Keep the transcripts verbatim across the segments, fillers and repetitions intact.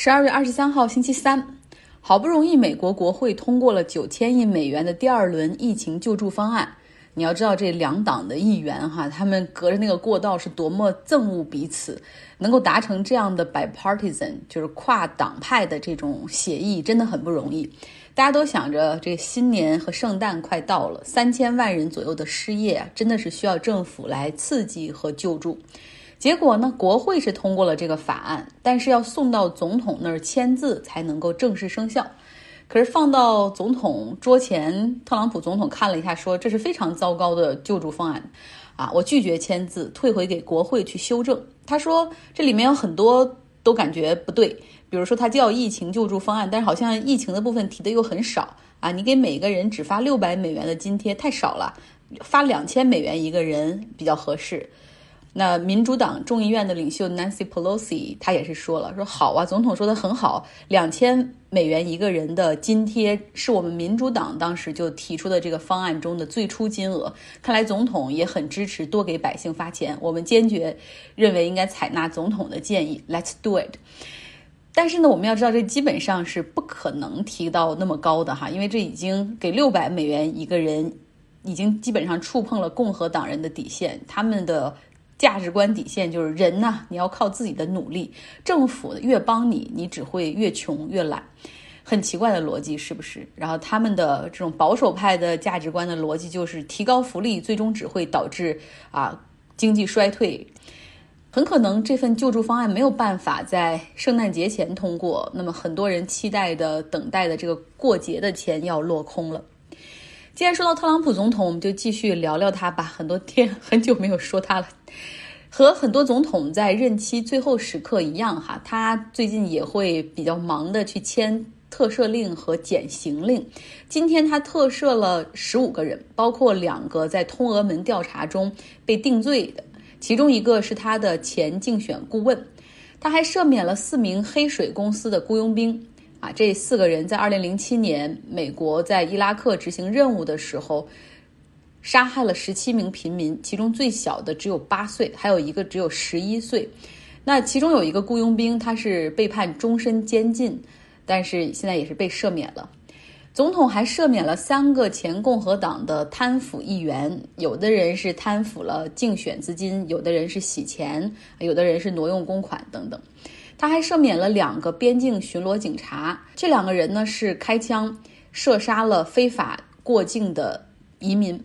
十二月二十三号星期三，好不容易美国国会通过了九千亿美元的第二轮疫情救助方案。你要知道这两党的议员哈，他们隔着那个过道是多么憎恶彼此，能够达成这样的 bipartisan 就是跨党派的这种协议真的很不容易。大家都想着这新年和圣诞快到了，三千万人左右的失业啊，真的是需要政府来刺激和救助。结果呢，国会是通过了这个法案，但是要送到总统那儿签字才能够正式生效。可是放到总统桌前，特朗普总统看了一下说，这是非常糟糕的救助方案啊，我拒绝签字，退回给国会去修正。他说这里面有很多都感觉不对，比如说他叫疫情救助方案，但是好像疫情的部分提的又很少啊，你给每个人只发六百美元的津贴太少了，发两千美元一个人比较合适。那民主党众议院的领袖 Nancy Pelosi 他也是说了，说好啊，总统说的很好，两千美元一个人的津贴是我们民主党当时就提出的这个方案中的最初金额，看来总统也很支持多给百姓发钱，我们坚决认为应该采纳总统的建议 Let's do it。 但是呢，我们要知道这基本上是不可能提到那么高的哈，因为这已经给六百美元一个人，已经基本上触碰了共和党人的底线，他们的价值观底线就是人呐、啊，你要靠自己的努力，政府越帮你，你只会越穷越懒。很奇怪的逻辑是不是？然后他们的这种保守派的价值观的逻辑就是提高福利最终只会导致啊经济衰退。很可能这份救助方案没有办法在圣诞节前通过，那么很多人期待的等待的这个过节的钱要落空了。既然说到特朗普总统，我们就继续聊聊他吧。很多天很久没有说他了，和很多总统在任期最后时刻一样哈，他最近也会比较忙的去签特赦令和减刑令。今天他特赦了十五个人，包括两个在通俄门调查中被定罪的，其中一个是他的前竞选顾问。他还赦免了四名黑水公司的雇佣兵。啊，这四个人在二零零七年美国在伊拉克执行任务的时候，杀害了十七名平民，其中最小的只有八岁，还有一个只有十一岁。那其中有一个雇佣兵，他是被判终身监禁，但是现在也是被赦免了。总统还赦免了三个前共和党的贪腐议员，有的人是贪腐了竞选资金，有的人是洗钱，有的人是挪用公款等等。他还赦免了两个边境巡逻警察，这两个人呢是开枪射杀了非法过境的移民。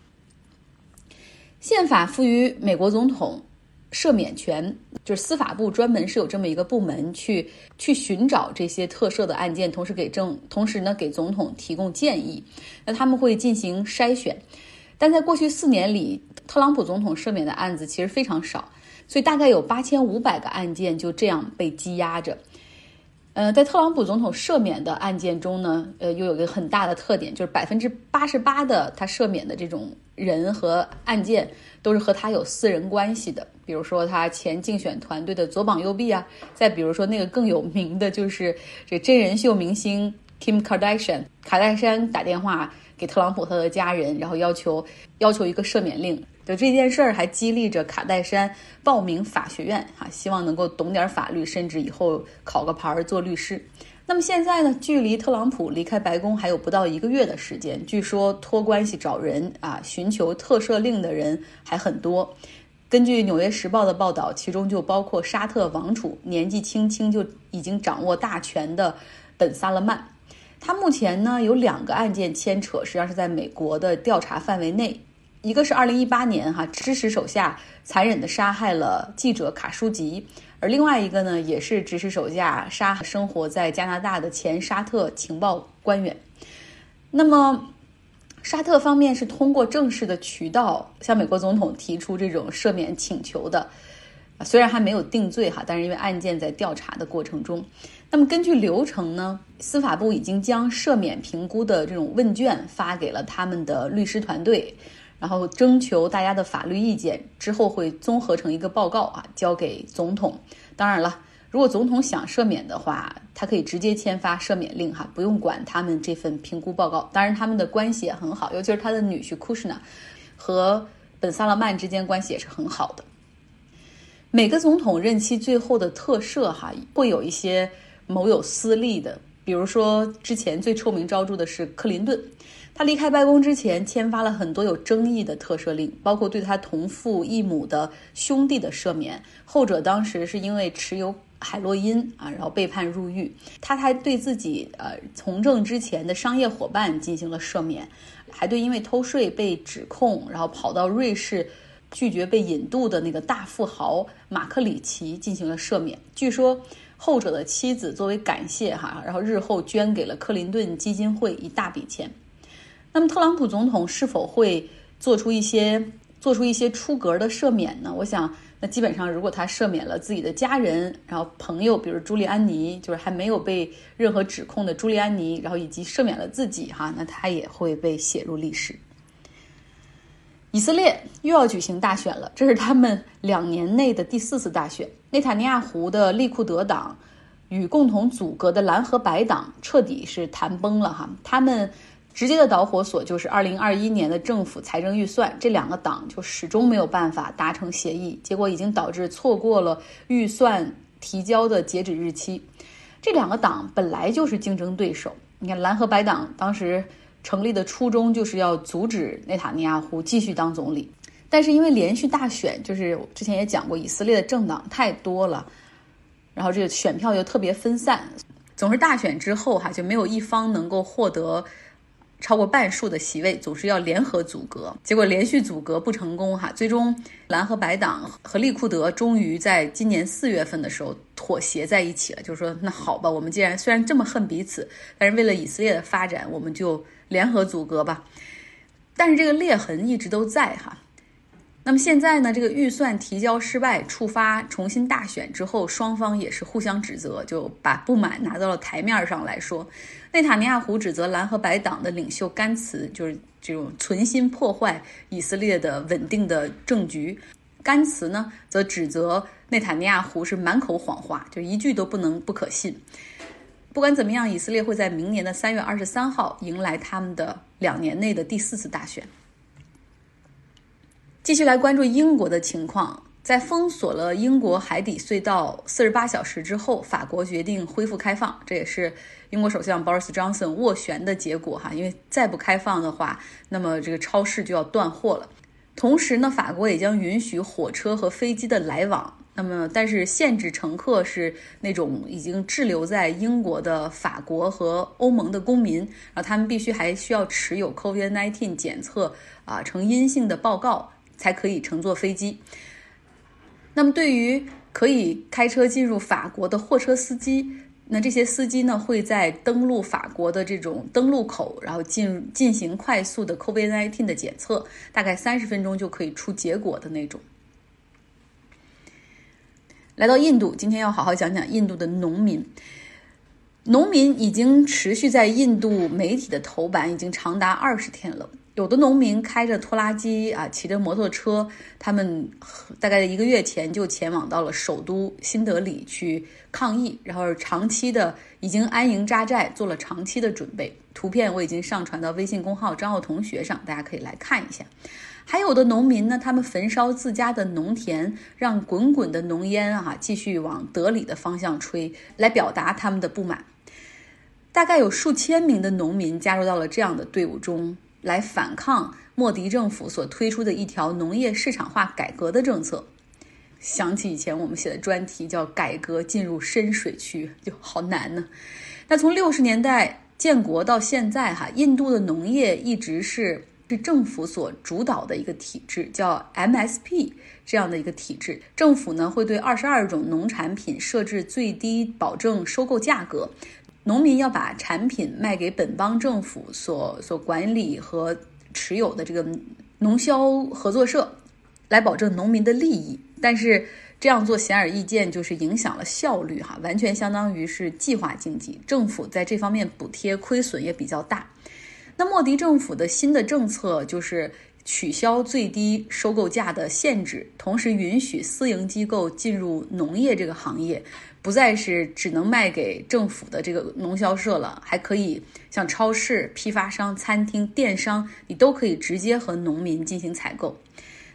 宪法赋予美国总统赦免权，就是司法部专门是有这么一个部门去去寻找这些特赦的案件，同时给政同时呢给总统提供建议。那他们会进行筛选，但在过去四年里，特朗普总统赦免的案子其实非常少。所以大概有八千五百个案件就这样被积压着。呃，在特朗普总统赦免的案件中呢，呃，又有一个很大的特点，就是百分之八十八的他赦免的这种人和案件都是和他有私人关系的。比如说他前竞选团队的左膀右臂啊，再比如说那个更有名的就是这真人秀明星 Kim Kardashian， 卡戴珊打电话给特朗普他的家人，然后要求要求一个赦免令。就这件事儿还激励着卡戴珊报名法学院啊，希望能够懂点法律，甚至以后考个牌做律师。那么现在呢，距离特朗普离开白宫还有不到一个月的时间，据说托关系找人啊，寻求特赦令的人还很多。根据《纽约时报》的报道，其中就包括沙特王储年纪轻轻就已经掌握大权的本萨勒曼。他目前呢有两个案件牵扯，实际上是在美国的调查范围内。一个是二零一八年哈支持手下残忍地杀害了记者卡舒吉，而另外一个呢也是指使手下杀害生活在加拿大的前沙特情报官员。那么沙特方面是通过正式的渠道向美国总统提出这种赦免请求的，虽然还没有定罪哈，但是因为案件在调查的过程中。那么根据流程呢，司法部已经将赦免评估的这种问卷发给了他们的律师团队，然后征求大家的法律意见，之后会综合成一个报告啊，交给总统。当然了，如果总统想赦免的话，他可以直接签发赦免令哈，不用管他们这份评估报告。当然他们的关系也很好，尤其是他的女婿库什纳和本萨勒曼之间关系也是很好的。每个总统任期最后的特赦哈，会有一些谋有私利的。比如说之前最臭名昭著的是克林顿，他离开白宫之前签发了很多有争议的特赦令，包括对他同父异母的兄弟的赦免，后者当时是因为持有海洛因啊，然后被判入狱。他还对自己呃从政之前的商业伙伴进行了赦免，还对因为偷税被指控然后跑到瑞士拒绝被引渡的那个大富豪马克里奇进行了赦免。据说后者的妻子作为感谢哈，然后日后捐给了克林顿基金会一大笔钱。那么特朗普总统是否会做出一些做出一些出格的赦免呢？我想那基本上如果他赦免了自己的家人，然后朋友，比如朱利安尼，就是还没有被任何指控的朱利安尼，然后以及赦免了自己哈，那他也会被写入历史。以色列又要举行大选了，这是他们两年内的第四次大选。内塔尼亚胡的利库德党与共同组阁的蓝和白党彻底是谈崩了哈，他们直接的导火索就是二零二一年的政府财政预算，这两个党就始终没有办法达成协议，结果已经导致错过了预算提交的截止日期。这两个党本来就是竞争对手，你看蓝和白党当时成立的初衷就是要阻止内塔尼亚胡继续当总理，但是因为连续大选，就是之前也讲过，以色列的政党太多了，然后这个选票又特别分散，总是大选之后哈就没有一方能够获得超过半数的席位，总是要联合组阁，结果连续组阁不成功哈，最终蓝和白党和利库德终于在今年四月份的时候妥协在一起了，就是说那好吧，我们既然虽然这么恨彼此，但是为了以色列的发展，我们就联合组阁吧。但是这个裂痕一直都在哈。那么现在呢，这个预算提交失败，触发重新大选之后，双方也是互相指责，就把不满拿到了台面上来说。内塔尼亚胡指责蓝和白党的领袖甘茨就是这种存心破坏以色列的稳定的政局，甘茨呢则指责内塔尼亚胡是满口谎话，就一句都不能不可信。不管怎么样，以色列会在明年的三月二十三号迎来他们的两年内的第四次大选。继续来关注英国的情况，在封锁了英国海底隧道四十八小时之后，法国决定恢复开放，这也是英国首相 Boris Johnson 斡旋的结果哈，因为再不开放的话，那么这个超市就要断货了。同时呢，法国也将允许火车和飞机的来往，那么但是限制乘客是那种已经滞留在英国的法国和欧盟的公民，然后他们必须还需要持有 COVID 十九 检测啊呈阴性的报告才可以乘坐飞机。那么对于可以开车进入法国的货车司机，那这些司机呢会在登陆法国的这种登陆口，然后进进行快速的 COVID 十九 的检测，大概三十分钟就可以出结果的那种。来到印度，今天要好好讲讲印度的农民。农民已经持续在印度媒体的头版，已经长达二十天了。有的农民开着拖拉机啊，骑着摩托车，他们大概一个月前就前往到了首都新德里去抗议，然后长期的已经安营扎寨，做了长期的准备。图片我已经上传到微信公号张奥同学上，大家可以来看一下。还有的农民呢，他们焚烧自家的农田，让滚滚的浓烟啊继续往德里的方向吹，来表达他们的不满。大概有数千名的农民加入到了这样的队伍中，来反抗莫迪政府所推出的一条农业市场化改革的政策。想起以前我们写的专题叫改革进入深水区，就好难呢。那从六十年代建国到现在哈，印度的农业一直是是政府所主导的一个体制，叫 M S P 这样的一个体制。政府呢会对二十二种农产品设置最低保证收购价格，农民要把产品卖给本邦政府所所管理和持有的这个农销合作社，来保证农民的利益。但是这样做显而易见就是影响了效率哈，完全相当于是计划经济，政府在这方面补贴亏损也比较大。那莫迪政府的新的政策就是取消最低收购价的限制，同时允许私营机构进入农业这个行业，不再是只能卖给政府的这个农销社了，还可以像超市、批发商、餐厅、电商，你都可以直接和农民进行采购。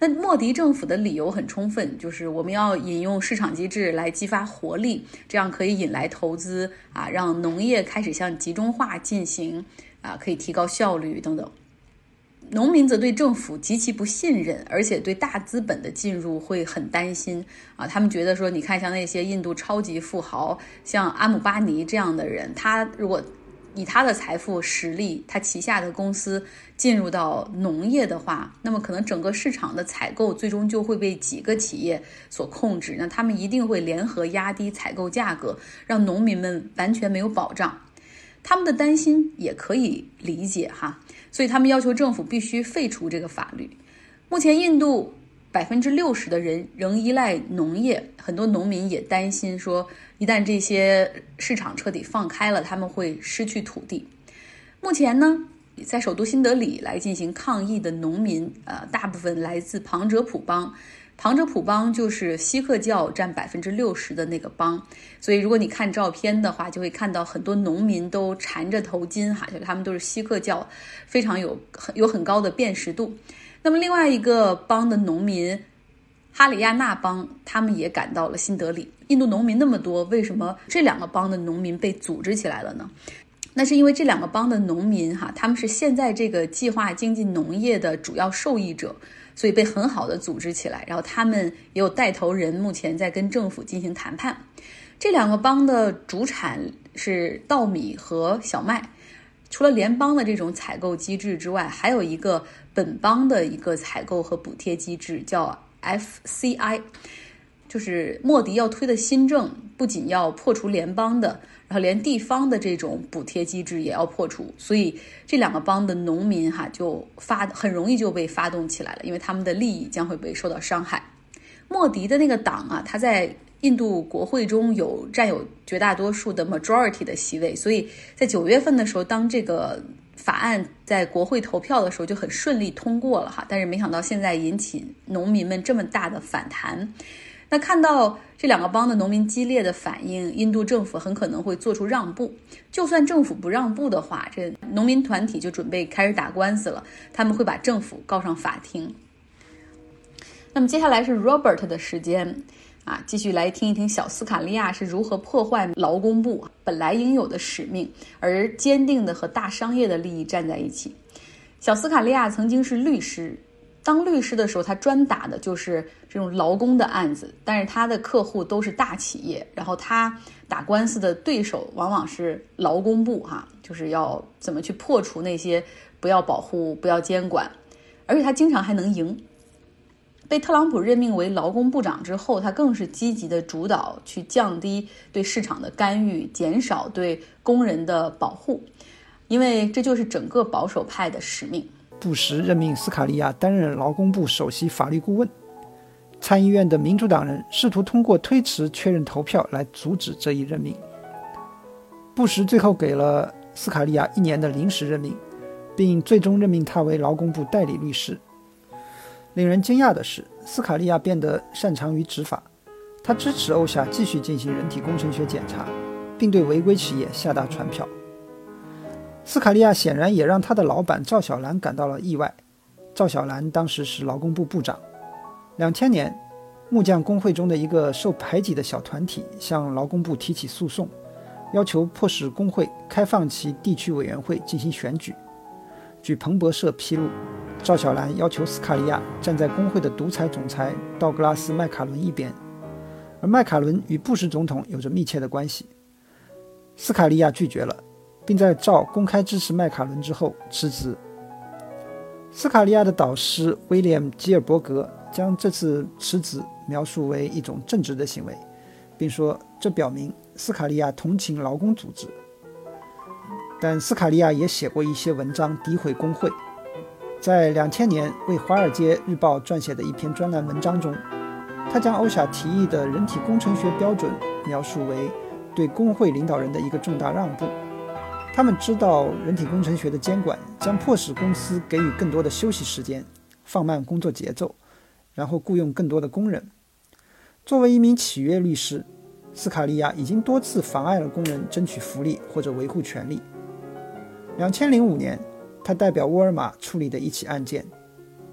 那莫迪政府的理由很充分，就是我们要引用市场机制来激发活力，这样可以引来投资啊，让农业开始向集中化进行啊，可以提高效率等等。农民则对政府极其不信任，而且对大资本的进入会很担心啊。他们觉得说，你看像那些印度超级富豪，像阿姆巴尼这样的人，他如果以他的财富实力，他旗下的公司进入到农业的话，那么可能整个市场的采购最终就会被几个企业所控制，那他们一定会联合压低采购价格，让农民们完全没有保障。他们的担心也可以理解哈，所以他们要求政府必须废除这个法律。目前印度百分之六十的人仍依赖农业，很多农民也担心说，一旦这些市场彻底放开了，他们会失去土地。目前呢，在首都新德里来进行抗议的农民，呃，大部分来自旁遮普邦。旁遮普邦就是锡克教占百分之六十的那个邦，所以如果你看照片的话，就会看到很多农民都缠着头巾哈，就他们都是锡克教，非常有很有很高的辨识度。那么另外一个邦的农民哈里亚纳邦，他们也赶到了新德里。印度农民那么多，为什么这两个邦的农民被组织起来了呢？那是因为这两个邦的农民哈，他们是现在这个计划经济农业的主要受益者，所以被很好的组织起来，然后他们也有带头人目前在跟政府进行谈判。这两个邦的主产是稻米和小麦，除了联邦的这种采购机制之外，还有一个本邦的一个采购和补贴机制叫 F C I， 就是莫迪要推的新政，不仅要破除联邦的，然后连地方的这种补贴机制也要破除，所以这两个邦的农民哈就发很容易就被发动起来了，因为他们的利益将会被受到伤害。莫迪的那个党啊，他在印度国会中有占有绝大多数的 majority 的席位，所以在九月份的时候，当这个法案在国会投票的时候就很顺利通过了哈，但是没想到现在引起农民们这么大的反弹。那看到这两个邦的农民激烈的反应，印度政府很可能会做出让步。就算政府不让步的话，这农民团体就准备开始打官司了，他们会把政府告上法庭。那么接下来是 Robert 的时间啊，继续来听一听小斯卡利亚是如何破坏劳工部本来应有的使命，而坚定的和大商业的利益站在一起。小斯卡利亚曾经是律师，当律师的时候，他专打的就是这种劳工的案子，但是他的客户都是大企业，然后他打官司的对手往往是劳工部哈，就是要怎么去破除那些不要保护、不要监管，而且他经常还能赢。被特朗普任命为劳工部长之后，他更是积极的主导去降低对市场的干预，减少对工人的保护，因为这就是整个保守派的使命。 布什任命斯卡利亚担任劳工部首席法律顾问，参议院的民主党人试图通过推迟确认投票来阻止这一任命。布什最后给了斯卡利亚一年的临时任命，并最终任命他为劳工部代理律师。令人惊讶的是，斯卡利亚变得擅长于执法，他支持欧夏继续进行人体工程学检查，并对违规企业下达传票。斯卡利亚显然也让他的老板赵小兰感到了意外。赵小兰当时是劳工部部长。两千年，木匠工会中的一个受排挤的小团体向劳工部提起诉讼，要求迫使工会开放其地区委员会进行选举。据彭博社披露，赵小兰要求斯卡利亚站在工会的独裁总裁道格拉斯·麦卡伦一边，而麦卡伦与布什总统有着密切的关系。斯卡利亚拒绝了，并在赵公开支持麦卡伦之后辞职。斯卡利亚的导师威廉·基尔伯格将这次辞职描述为一种正直的行为，并说这表明斯卡利亚同情劳工组织。但斯卡利亚也写过一些文章诋毁工会。在两千年为《华尔街日报》撰写的一篇专栏文章中，他将欧夏提议的人体工程学标准描述为对工会领导人的一个重大让步。他们知道人体工程学的监管将迫使公司给予更多的休息时间，放慢工作节奏，然后雇佣更多的工人。作为一名契约律师，斯卡利亚已经多次妨碍了工人争取福利或者维护权利。两千零五年，他代表沃尔玛处理的一起案件，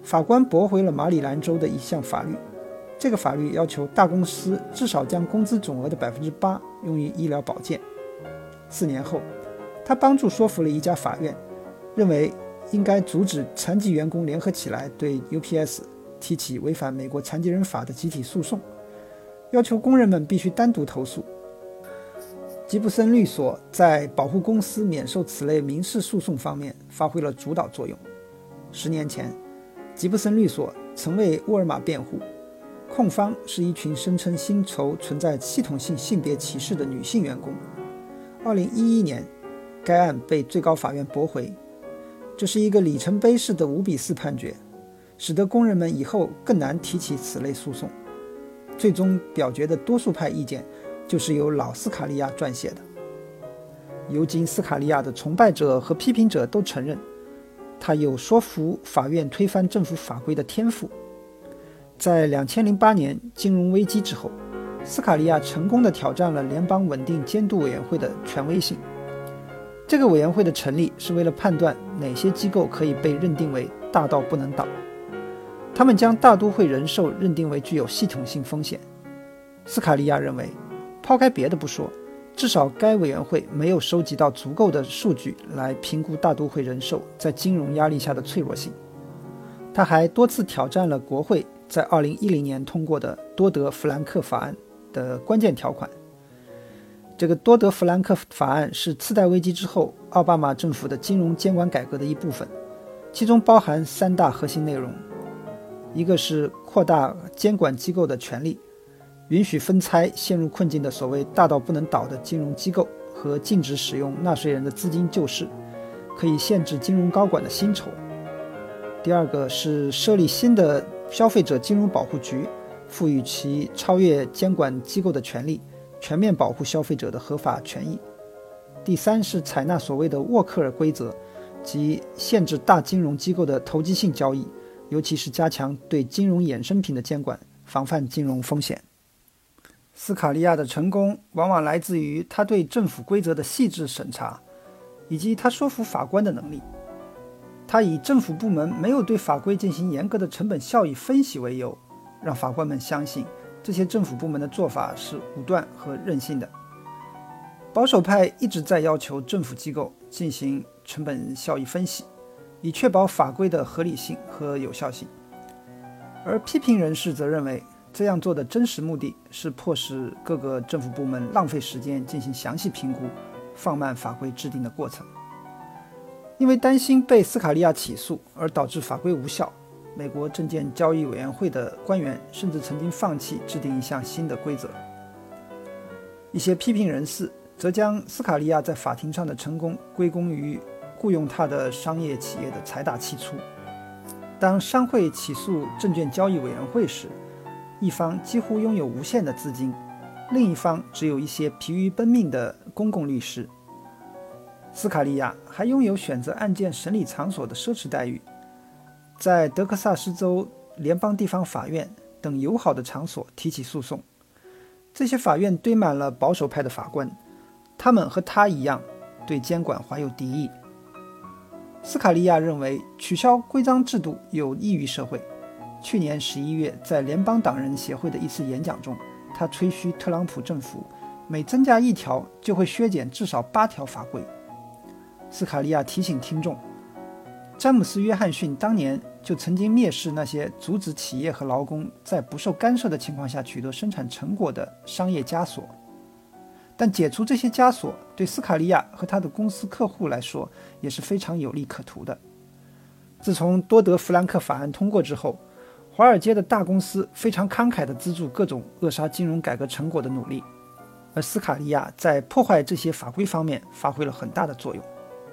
法官驳回了马里兰州的一项法律，这个法律要求大公司至少将工资总额的 百分之八 用于医疗保健。四年后，他帮助说服了一家法院，认为应该阻止残疾员工联合起来对 U P S 提起违反美国残疾人法的集体诉讼，要求工人们必须单独投诉。吉布森律所在保护公司免受此类民事诉讼方面发挥了主导作用。十年前，吉布森律所曾为沃尔玛辩护，控方是一群声称薪酬存在系统性性别歧视的女性员工。二零一一年，该案被最高法院驳回，这是一个里程碑式的五比四判决，使得工人们以后更难提起此类诉讼。最终表决的多数派意见就是由老斯卡利亚撰写的。尤金·斯卡利亚的崇拜者和批评者都承认，他有说服法院推翻政府法规的天赋。在两千零八年金融危机之后，斯卡利亚成功地挑战了联邦稳定监督委员会的权威性。这个委员会的成立是为了判断哪些机构可以被认定为大到不能倒。他们将大都会人寿认定为具有系统性风险。斯卡利亚认为，抛开别的不说，至少该委员会没有收集到足够的数据来评估大都会人寿在金融压力下的脆弱性。他还多次挑战了国会在二零一零年通过的多德弗兰克法案的关键条款。这个多德弗兰克法案是次贷危机之后奥巴马政府的金融监管改革的一部分，其中包含三大核心内容。一个是扩大监管机构的权力，允许分拆陷入困境的所谓大到不能倒的金融机构，和禁止使用纳税人的资金救市，可以限制金融高管的薪酬。第二个是设立新的消费者金融保护局，赋予其超越监管机构的权利，全面保护消费者的合法权益。第三是采纳所谓的沃克尔规则，即限制大金融机构的投机性交易，尤其是加强对金融衍生品的监管，防范金融风险。斯卡利亚的成功往往来自于他对政府规则的细致审查，以及他说服法官的能力。他以政府部门没有对法规进行严格的成本效益分析为由，让法官们相信这些政府部门的做法是武断和任性的。保守派一直在要求政府机构进行成本效益分析，以确保法规的合理性和有效性。而批评人士则认为，这样做的真实目的是迫使各个政府部门浪费时间进行详细评估，放慢法规制定的过程。因为担心被斯卡利亚起诉而导致法规无效，美国证券交易委员会的官员甚至曾经放弃制定一项新的规则。一些批评人士则将斯卡利亚在法庭上的成功归功于雇佣他的商业企业的财大气粗。当商会起诉证券交易委员会时，一方几乎拥有无限的资金，另一方只有一些疲于奔命的公共律师。斯卡利亚还拥有选择案件审理场所的奢侈待遇，在德克萨斯州联邦地方法院等友好的场所提起诉讼。这些法院堆满了保守派的法官，他们和他一样对监管怀有敌意。斯卡利亚认为取消规章制度有益于社会。去年十一月，在联邦党人协会的一次演讲中，他吹嘘特朗普政府每增加一条就会削减至少八条法规。斯卡利亚提醒听众，詹姆斯·约翰逊当年就曾经蔑视那些阻止企业和劳工在不受干涉的情况下取得生产成果的商业枷锁。但解除这些枷锁对斯卡利亚和他的公司客户来说也是非常有利可图的。自从多德弗兰克法案通过之后，华尔街的大公司非常慷慨地资助各种扼杀金融改革成果的努力，而斯卡利亚在破坏这些法规方面发挥了很大的作用。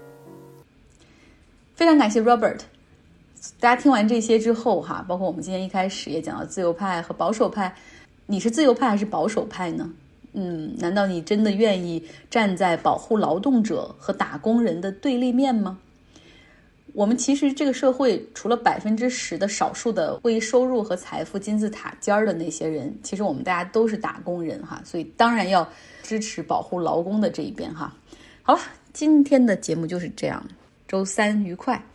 非常感谢 Robert。 大家听完这些之后哈，包括我们今天一开始也讲到自由派和保守派，你是自由派还是保守派呢？嗯，难道你真的愿意站在保护劳动者和打工人的对立面吗？我们其实这个社会除了百分之十的少数的为收入和财富金字塔尖的那些人，其实我们大家都是打工人哈，所以当然要支持保护劳工的这一边哈。好了，今天的节目就是这样，周三愉快。